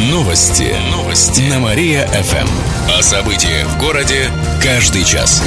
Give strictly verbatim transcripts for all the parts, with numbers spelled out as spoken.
Новости. Новости. На Мария-ФМ. О событиях в городе каждый час.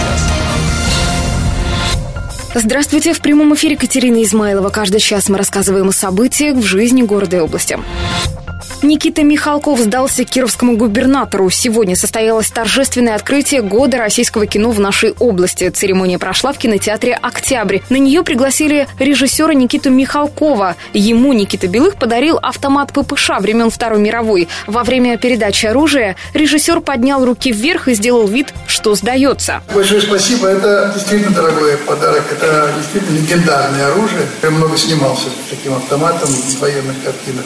Здравствуйте. В прямом эфире Катерина Измайлова. Каждый час мы рассказываем о событиях в жизни города и области. Никита Михалков сдался кировскому губернатору. Сегодня состоялось торжественное открытие года российского кино в нашей области. Церемония прошла в кинотеатре «Октябрь». На нее пригласили режиссера Никиту Михалкова. Ему Никита Белых подарил автомат ППШ времен Второй мировой. Во время передачи оружия режиссер поднял руки вверх и сделал вид, что сдается. Большое спасибо. Это действительно дорогой подарок. Это действительно легендарное оружие. Я много снимался с таким автоматом в военных картинах.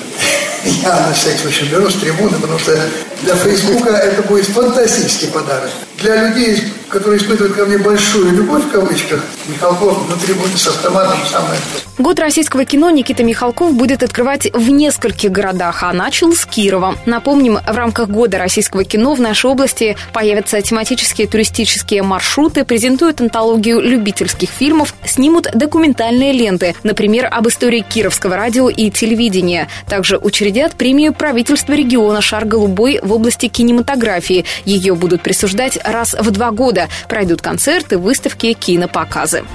Я на всякий случай беру с трибуны, потому что для Фейсбука это будет фантастический подарок. Для людей, которые испытывают ко мне большую любовь, в кавычках, Михалков на трибуне с автоматом самое то. Год российского кино Никита Михалков будет открывать в нескольких городах, а начал с Кирова. Напомним, в рамках года российского кино в нашей области появятся тематические туристические маршруты, презентуют антологию любительских фильмов, снимут документальные ленты, например, об истории кировского радио и телевидения. Также учредят премию правительства региона «Шар голубой» в области кинематографии. Ее будут присуждать раз в два года. Пройдут концерты, выставки, кинопоказы.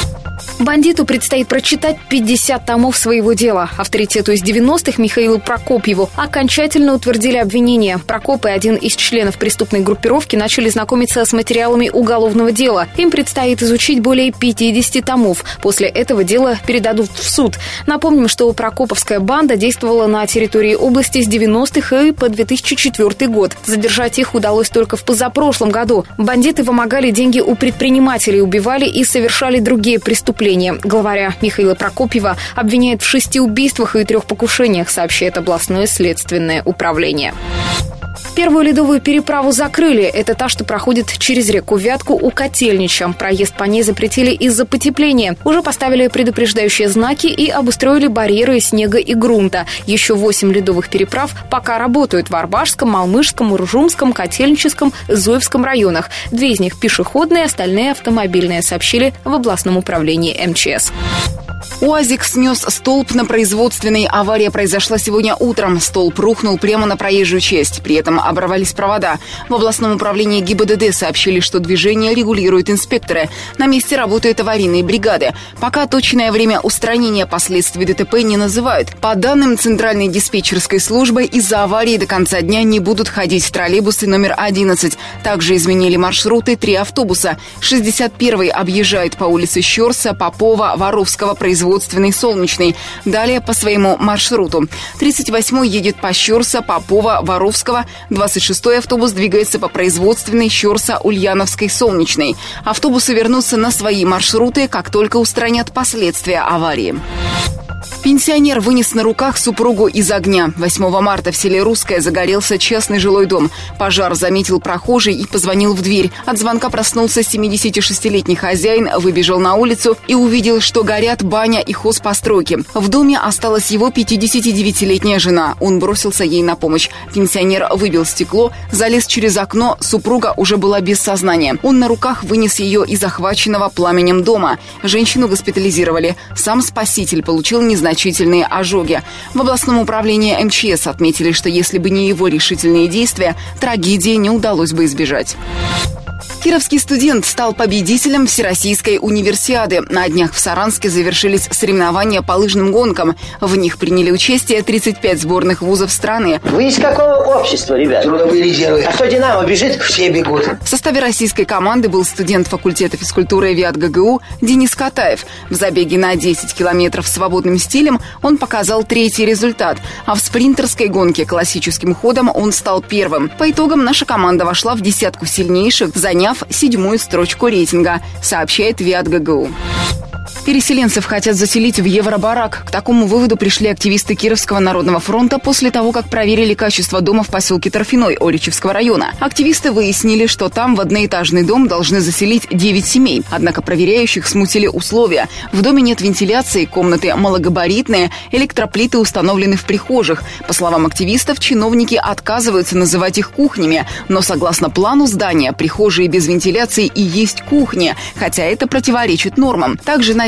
Бандиту предстоит прочитать пятьдесят томов своего дела. Авторитету из девяностых Михаилу Прокопьеву окончательно утвердили обвинение. Прокоп и один из членов преступной группировки начали знакомиться с материалами уголовного дела. Им предстоит изучить более пятидесяти томов. После этого дело передадут в суд. Напомним, что прокоповская банда действовала на территории области с девяностых и по две тысячи четвёртый год. Задержать их удалось только в позапрошлом году. Бандиты вымогали деньги у предпринимателей, убивали и совершали другие преступления. Главаря Михаила Прокопьева обвиняют в шести убийствах и трех покушениях, сообщает областное следственное управление. Первую ледовую переправу закрыли. Это та, что проходит через реку Вятку у Котельнича. Проезд по ней запретили из-за потепления. Уже поставили предупреждающие знаки и обустроили барьеры из снега и грунта. Еще восемь ледовых переправ пока работают в Арбашском, Малмышском, Уржумском, Котельническом, Зуевском районах. Две из них пешеходные, остальные автомобильные, сообщили в областном управлении эм че эс. УАЗик снес столб на производственной. Авария произошла сегодня утром. Столб рухнул прямо на проезжую часть. При этом оборвались провода. В областном управлении гэ и бэ дэ дэ сообщили, что движение регулируют инспекторы. На месте работают аварийные бригады. Пока точное время устранения последствий дэ тэ пэ не называют. По данным Центральной диспетчерской службы, из-за аварии до конца дня не будут ходить троллейбусы номер одиннадцать. Также изменили маршруты три автобуса. шестьдесят первый объезжает по улице Щорса, Попова, Воровского, производственный, Солнечный. Далее по своему маршруту. тридцать восьмой едет по Щорса, Попова, Воровского. двадцать шестой автобус двигается по производственной, Щорса, Ульяновской, Солнечной. Автобусы вернутся на свои маршруты, как только устранят последствия аварии. Пенсионер вынес на руках супругу из огня. восьмого марта в селе Русское загорелся частный жилой дом. Пожар заметил прохожий и позвонил в дверь. От звонка проснулся семидесятишестилетний хозяин, выбежал на улицу и увидел, что горят баня и хозпостройки. В доме осталась его пятидесятидевятилетняя жена. Он бросился ей на помощь. Пенсионер выбил стекло, залез через окно. Супруга уже была без сознания. Он на руках вынес ее из охваченного пламенем дома. Женщину госпитализировали. Сам спаситель получил незначительный значительные ожоги. В областном управлении эм че эс отметили, что если бы не его решительные действия, трагедии не удалось бы избежать. Кировский студент стал победителем Всероссийской универсиады. На днях в Саранске завершились соревнования по лыжным гонкам. В них приняли участие тридцать пять сборных вузов страны. Вы из какого общества, ребят? Трудовые резервы. А кто «Динамо» бежит, все бегут. В составе российской команды был студент факультета физкультуры ВИАТ гэ гэ у Денис Катаев. В забеге на десять километров свободным стилем он показал третий результат. А в спринтерской гонке классическим ходом он стал первым. По итогам наша команда вошла в десятку сильнейших, заняв седьмую строчку рейтинга, сообщает ВИАТ гэ гэ у. Переселенцев хотят заселить в Евробарак. К такому выводу пришли активисты Кировского народного фронта после того, как проверили качество дома в поселке Торфяной Оричевского района. Активисты выяснили, что там в одноэтажный дом должны заселить девять семей. Однако проверяющих смутили условия. В доме нет вентиляции, комнаты малогабаритные, электроплиты установлены в прихожих. По словам активистов, чиновники отказываются называть их кухнями. Но согласно плану здания, прихожие без вентиляции и есть кухни, хотя это противоречит нормам. Также на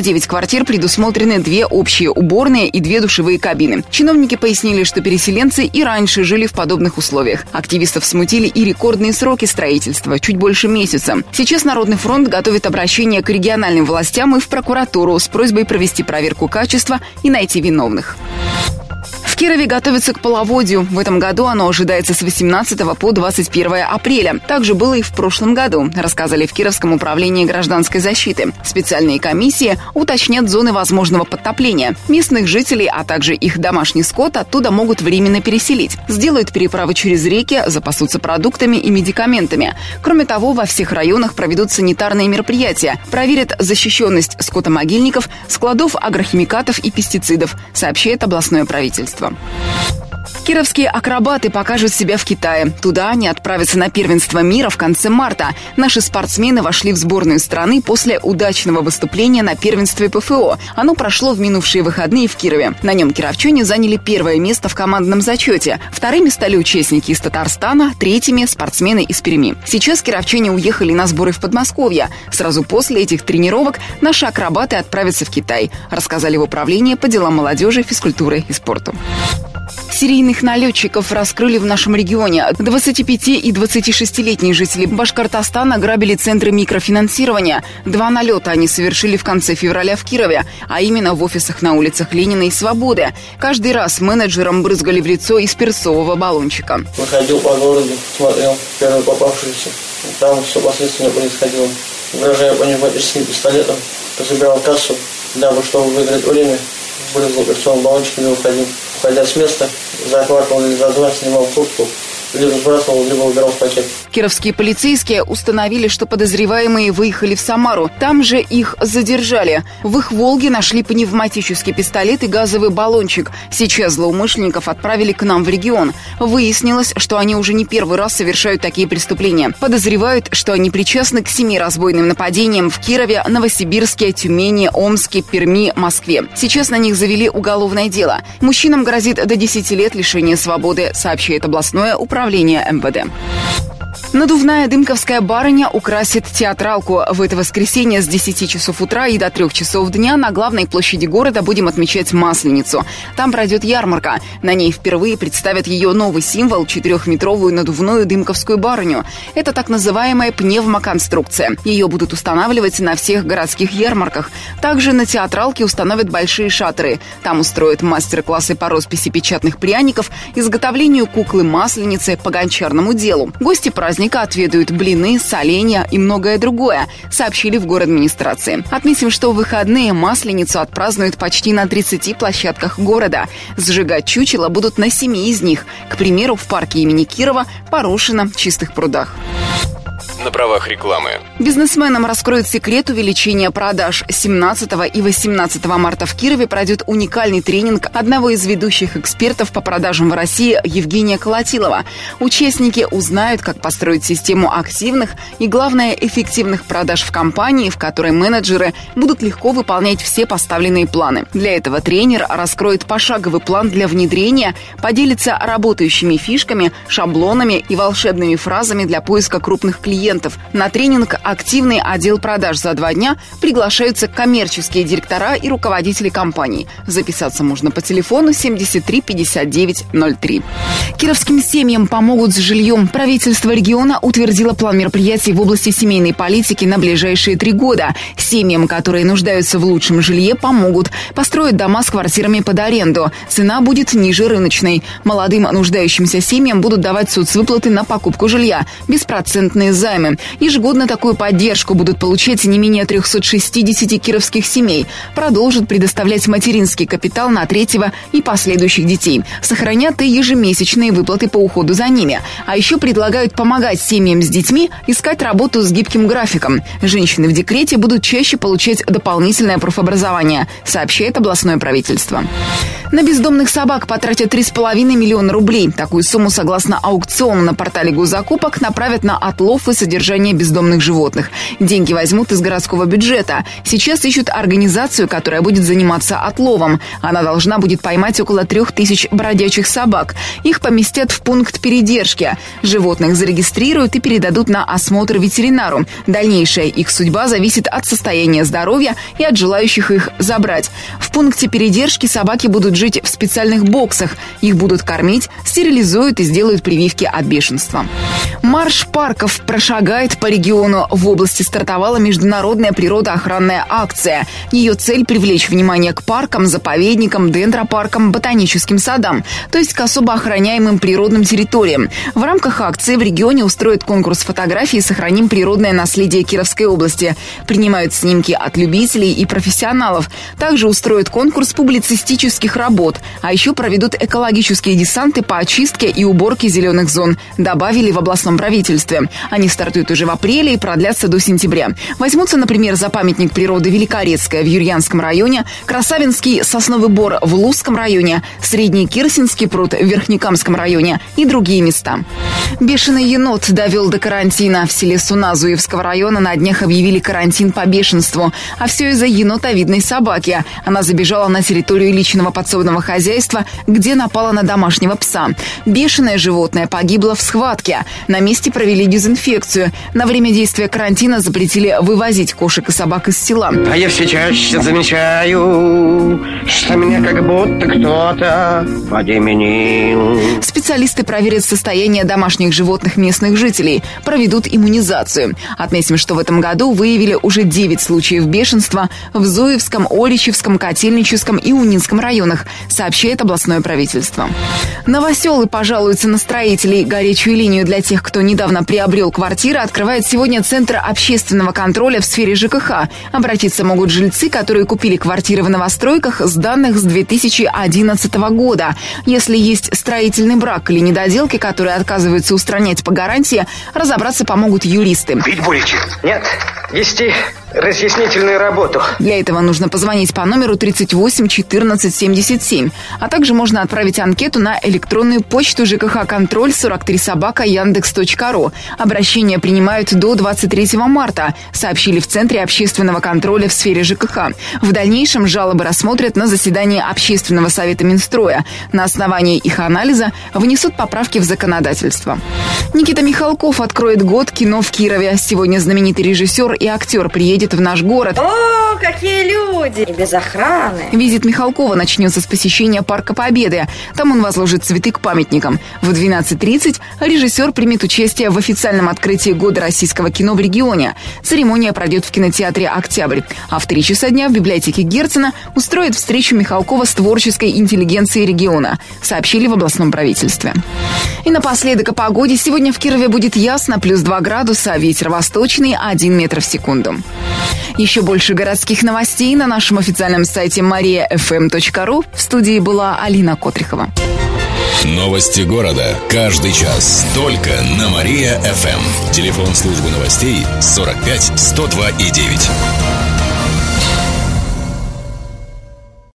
девять квартир предусмотрены две общие уборные и две душевые кабины. Чиновники пояснили, что переселенцы и раньше жили в подобных условиях. Активистов смутили и рекордные сроки строительства – чуть больше месяца. Сейчас Народный фронт готовит обращение к региональным властям и в прокуратуру с просьбой провести проверку качества и найти виновных. В Кирове готовятся к половодью. В этом году оно ожидается с восемнадцатого по двадцать первое апреля. Так же было и в прошлом году, рассказали в Кировском управлении гражданской защиты. Специальные комиссии уточнят зоны возможного подтопления. Местных жителей, а также их домашний скот оттуда могут временно переселить. Сделают переправы через реки, запасутся продуктами и медикаментами. Кроме того, во всех районах проведут санитарные мероприятия. Проверят защищенность скотомогильников, складов агрохимикатов и пестицидов, сообщает областное правительство. Кировские акробаты покажут себя в Китае. Туда они отправятся на первенство мира в конце марта. Наши спортсмены вошли в сборную страны после удачного выступления на первенстве ПФО. Оно прошло в минувшие выходные в Кирове. На нем кировчане заняли первое место в командном зачете. Вторыми стали участники из Татарстана, третьими – спортсмены из Перми. Сейчас кировчане уехали на сборы в Подмосковье. Сразу после этих тренировок наши акробаты отправятся в Китай, рассказали в управлении по делам молодежи, физкультуры и спорту. Серийных налетчиков раскрыли в нашем регионе. двадцатипяти- и двадцатишестилетние жители Башкортостана грабили центры микрофинансирования. Два налета они совершили в конце февраля в Кирове, а именно в офисах на улицах Ленина и Свободы. Каждый раз менеджерам брызгали в лицо из перцового баллончика. Выходил по городу, смотрел первый попавшийся. Там все последствия происходило. Угрожая пневматическим пистолетом, забирал кассу, дабы, чтобы выиграть время, брызгал перцовым баллончиком и уходил. Уходя с места, захватывал или за два, снимал куртку, либо сбрасывал, либо убирал в пакет. Кировские полицейские установили, что подозреваемые выехали в Самару. Там же их задержали. В их «Волге» нашли пневматический пистолет и газовый баллончик. Сейчас злоумышленников отправили к нам в регион. Выяснилось, что они уже не первый раз совершают такие преступления. Подозревают, что они причастны к семи разбойным нападениям в Кирове, Новосибирске, Тюмени, Омске, Перми, Москве. Сейчас на них завели уголовное дело. Мужчинам грозит до десяти лет лишения свободы, сообщает областное управление эм вэ дэ. Надувная дымковская барыня украсит театралку. В это воскресенье с десяти часов утра и до трех часов дня на главной площади города будем отмечать Масленицу. Там пройдет ярмарка. На ней впервые представят ее новый символ – четырехметровую надувную дымковскую барыню. Это так называемая пневмоконструкция. Ее будут устанавливать на всех городских ярмарках. Также на театралке установят большие шатры. Там устроят мастер-классы по росписи печатных пряников, изготовлению куклы Масленицы по гончарному делу. Гости праздника отведают блины, соленья и многое другое, сообщили в горадминистрации. Отметим, что в выходные Масленицу отпразднуют почти на тридцати площадках города. Сжигать чучело будут на семи из них. К примеру, в парке имени Кирова, Порошино, Чистых прудах. На правах рекламы. Бизнесменам раскроют секрет увеличения продаж. семнадцатого и восемнадцатого марта в Кирове пройдет уникальный тренинг одного из ведущих экспертов по продажам в России Евгения Колотилова. Участники узнают, как построить систему активных и, главное, эффективных продаж в компании, в которой менеджеры будут легко выполнять все поставленные планы. Для этого тренер раскроет пошаговый план для внедрения, поделится работающими фишками, шаблонами и волшебными фразами для поиска крупных клиентов. На тренинг «Активный отдел продаж» за два дня приглашаются коммерческие директора и руководители компаний. Записаться можно по телефону семьдесят три пятьдесят девять ноль три. Кировским семьям помогут с жильем. Правительство региона утвердило план мероприятий в области семейной политики на ближайшие три года. Семьям, которые нуждаются в лучшем жилье, помогут. Построят дома с квартирами под аренду. Цена будет ниже рыночной. Молодым нуждающимся семьям будут давать соцвыплаты на покупку жилья, беспроцентные займы. Ежегодно такую поддержку будут получать не менее трехсот шестидесяти кировских семей. Продолжат предоставлять материнский капитал на третьего и последующих детей. Сохранят и ежемесячные выплаты по уходу за ними. А еще предлагают помогать семьям с детьми искать работу с гибким графиком. Женщины в декрете будут чаще получать дополнительное профобразование, сообщает областное правительство. На бездомных собак потратят три с половиной миллиона рублей. Такую сумму, согласно аукциону на портале госзакупок, направят на отлов и содержание бездомных животных. Деньги возьмут из городского бюджета. Сейчас ищут организацию, которая будет заниматься отловом. Она должна будет поймать около трех тысяч бродячих собак. Их поместят в пункт передержки. Животных зарегистрируют и передадут на осмотр ветеринару. Дальнейшая их судьба зависит от состояния здоровья и от желающих их забрать. В пункте передержки собаки будут жить в специальных боксах. Их будут кормить, стерилизуют и сделают прививки от бешенства. Марш парков прошагает по региону. В области стартовала международная природоохранная акция. Ее цель – привлечь внимание к паркам, заповедникам, дендропаркам, ботаническим садам, то есть к особо охраняемым природным территориям. В рамках акции в регионе устроят конкурс фотографий «Сохраним природное наследие Кировской области». Принимают снимки от любителей и профессионалов. Также устроят конкурс публицистических работ. А еще проведут экологические десанты по очистке и уборке зеленых зон. Добавили в областном правительстве. Они стартуют уже в апреле и продлятся до сентября. Возьмутся, например, за памятник природы Великорецкая в Юрьянском районе, Красавинский сосновый бор в Лузском районе, Средний Кирсинский пруд в Верхнекамском районе и другие места. Бешеный енот довел до карантина. В селе Суна Зуевского района на днях объявили карантин по бешенству. А все из-за енотовидной собаки. Она забежала на территорию личного подсобного хозяйства, где напала на домашнего пса. Бешеное животное погибло в схватке. На месте провели дезинфекцию. На время действия карантина запретили вывозить кошек и собак из села. А я все чаще замечаю, что меня как будто кто-то подеменил. Специалисты проверят состояние домашних животных местных жителей, проведут иммунизацию. Отметим, что в этом году выявили уже девять случаев бешенства в Зуевском, Оличевском, Котельническом и Унинском районах, сообщает областное правительство. Новоселы пожалуются на строителей. Горячую линию для тех, кто недавно приобрел квартиры, открывает сегодня Центр общественного контроля в сфере ЖКХ. Обратиться могут жильцы, которые купили квартиры в новостройках с данных с две тысячи одиннадцатого года. Если есть строительный брак или недоделки, которые отказываются устранять по гарантии, разобраться помогут юристы. Пить будете? Нет. Вести разъяснительную работу. Для этого нужно позвонить по номеру тридцать восемь четырнадцать семьдесят семь, а также можно отправить анкету на электронную почту ЖКХ контроль сорок три собака яндекс точка ру. Обращения принимают до двадцать третьего марта, сообщили в Центре общественного контроля в сфере ЖКХ. В дальнейшем жалобы рассмотрят на заседании Общественного совета Минстроя. На основании их анализа внесут поправки в законодательство. Никита Михалков откроет год кино в Кирове. Сегодня знаменитый режиссер и актер приедет в наш город. О, какие люди! И без охраны. Визит Михалкова начнется с посещения Парка Победы. Там он возложит цветы к памятникам. В двенадцать тридцать режиссер примет участие в официальном открытии года российского кино в регионе. Церемония пройдет в кинотеатре «Октябрь». А в три часа дня в библиотеке Герцена устроит встречу Михалкова с творческой интеллигенцией региона, сообщили в областном правительстве. И напоследок о погоде. Сегодня в Кирове будет ясно, плюс два градуса, ветер восточный, один метр в секунду. Еще больше городских новостей на нашем официальном сайте мария эф эм точка ру. В студии была Алина Котрихова. Новости города. Каждый час. Только на Мария-ФМ. Телефон службы новостей сорок пять сто два и девять.